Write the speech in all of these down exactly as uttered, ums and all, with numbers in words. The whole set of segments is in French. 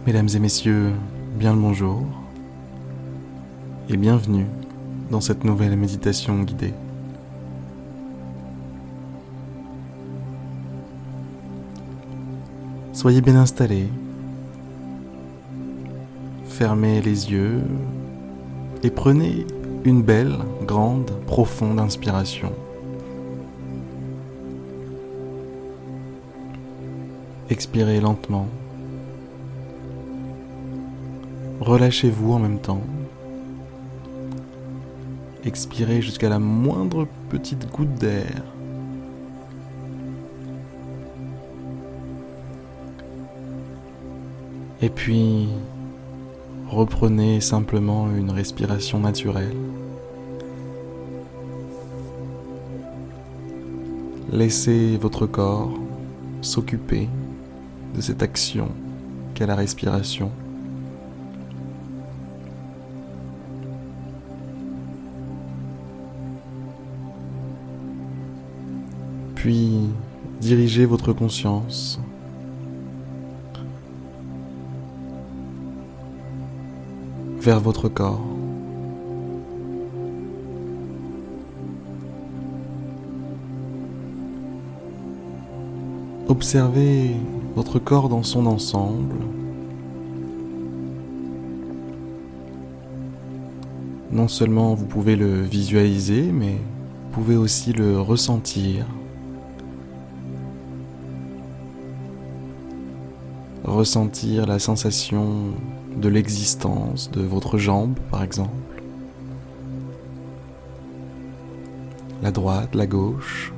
Mesdames et messieurs, bien le bonjour et bienvenue dans cette nouvelle méditation guidée. Soyez bien installés, fermez les yeux et prenez une belle, grande, profonde inspiration. Expirez lentement. Relâchez-vous en même temps. Expirez jusqu'à la moindre petite goutte d'air. Et puis, reprenez simplement une respiration naturelle. Laissez votre corps s'occuper de cette action qu'est la respiration. Puis, dirigez votre conscience vers votre corps. Observez votre corps dans son ensemble. Non seulement vous pouvez le visualiser, mais vous pouvez aussi le ressentir. Ressentir la sensation de l'existence de votre jambe, par exemple. La droite, la gauche.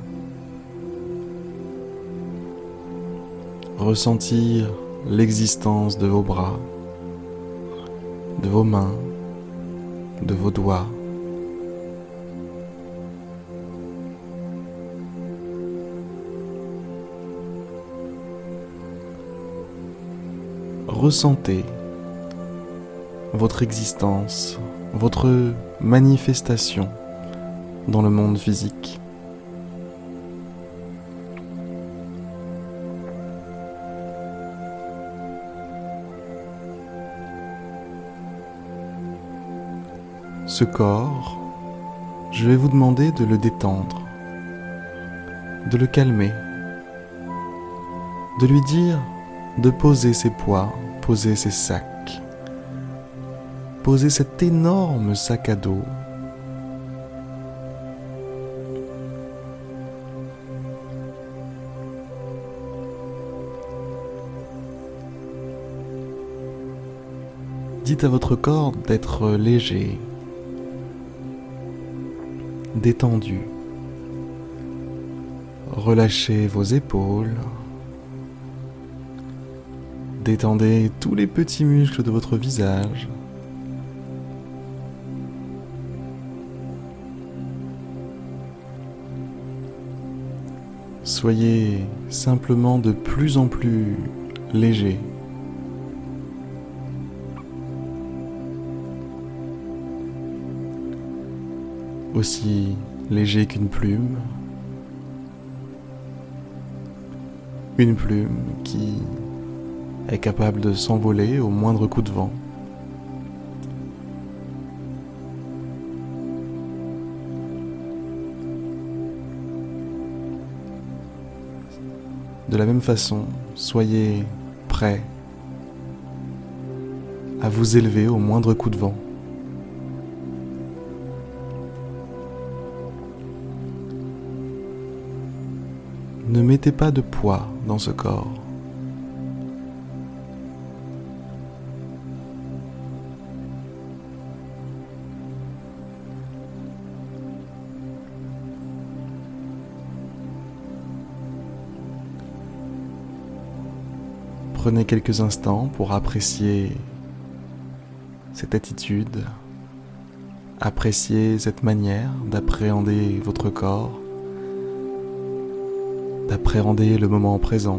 Ressentir l'existence de vos bras, de vos mains, de vos doigts. Ressentez votre existence, votre manifestation dans le monde physique. Ce corps, je vais vous demander de le détendre, de le calmer, de lui dire de poser ses poids, poser ses sacs, poser cet énorme sac à dos. Dites à votre corps d'être léger, détendu. Relâchez vos épaules. Détendez tous les petits muscles de votre visage. Soyez simplement de plus en plus léger. Aussi léger qu'une plume. Une plume qui est capable de s'envoler au moindre coup de vent. De la même façon, soyez prêts à vous élever au moindre coup de vent. Ne mettez pas de poids dans ce corps. Prenez quelques instants pour apprécier cette attitude, apprécier cette manière d'appréhender votre corps, d'appréhender le moment présent.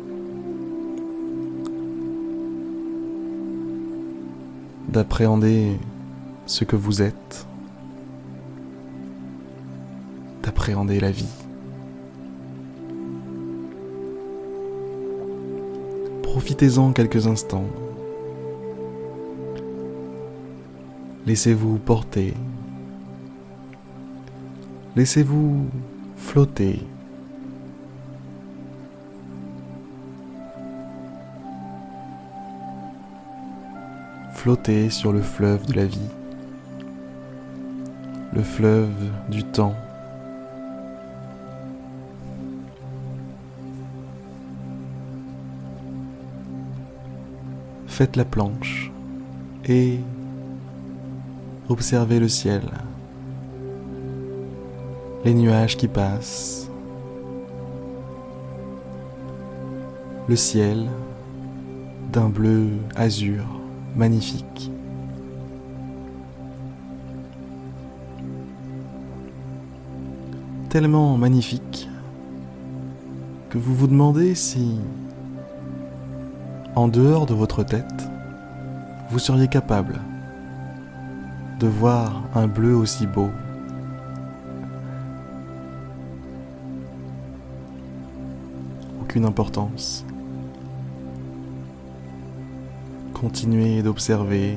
D'appréhender ce que vous êtes, d'appréhender la vie. Profitez-en quelques instants Laissez-vous porter. Laissez-vous flotter. Flotter sur le fleuve de la vie, le fleuve du temps. Faites la planche et observez le ciel, les nuages qui passent, le ciel d'un bleu azur magnifique. Tellement magnifique que vous vous demandez si, en dehors de votre tête, vous seriez capable de voir un bleu aussi beau. Aucune importance. Continuez d'observer.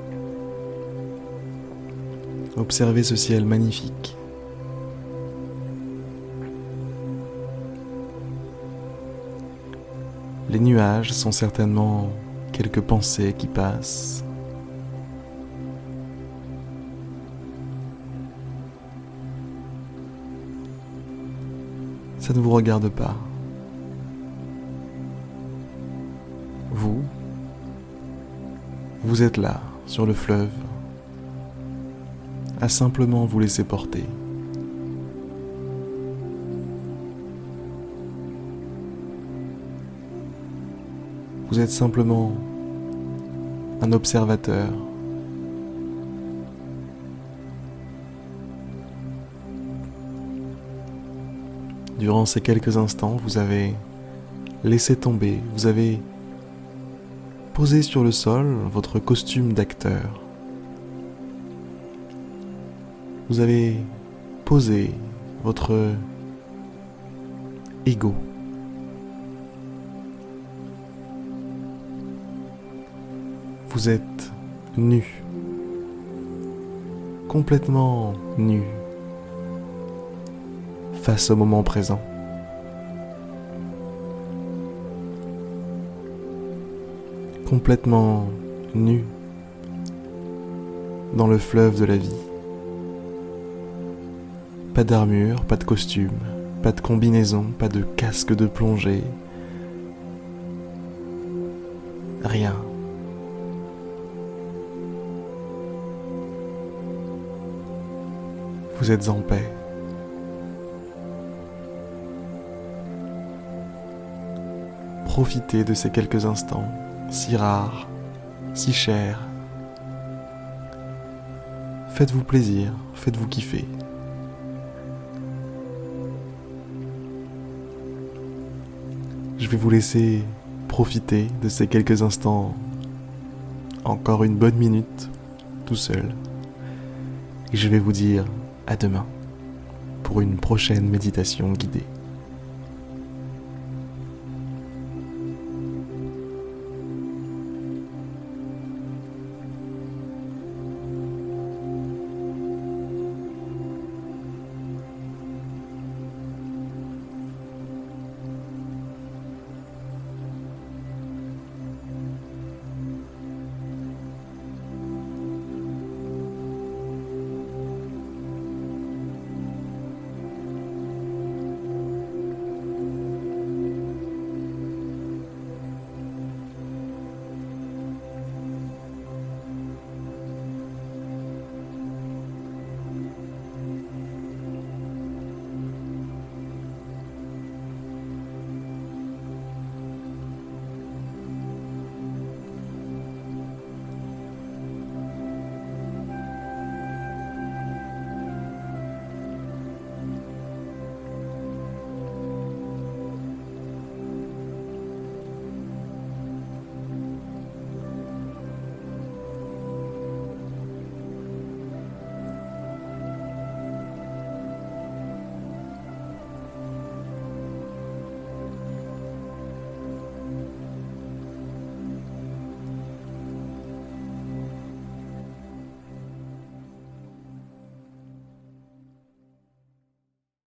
Observez ce ciel magnifique. Les nuages sont certainement quelques pensées qui passent. Ça ne vous regarde pas. Vous, vous êtes là, sur le fleuve, à simplement vous laisser porter. Vous êtes simplement un observateur. Durant ces quelques instants, vous avez laissé tomber, vous avez posé sur le sol votre costume d'acteur. Vous avez posé votre ego. Vous êtes nu, complètement nu, face au moment présent. Complètement nu, dans le fleuve de la vie. Pas d'armure, pas de costume, pas de combinaison, pas de casque de plongée. Rien. Vous êtes en paix. Profitez de ces quelques instants, si rares, si chers. Faites-vous plaisir, faites-vous kiffer. Je vais vous laisser profiter de ces quelques instants, encore une bonne minute, tout seul. Et je vais vous dire à demain pour une prochaine méditation guidée.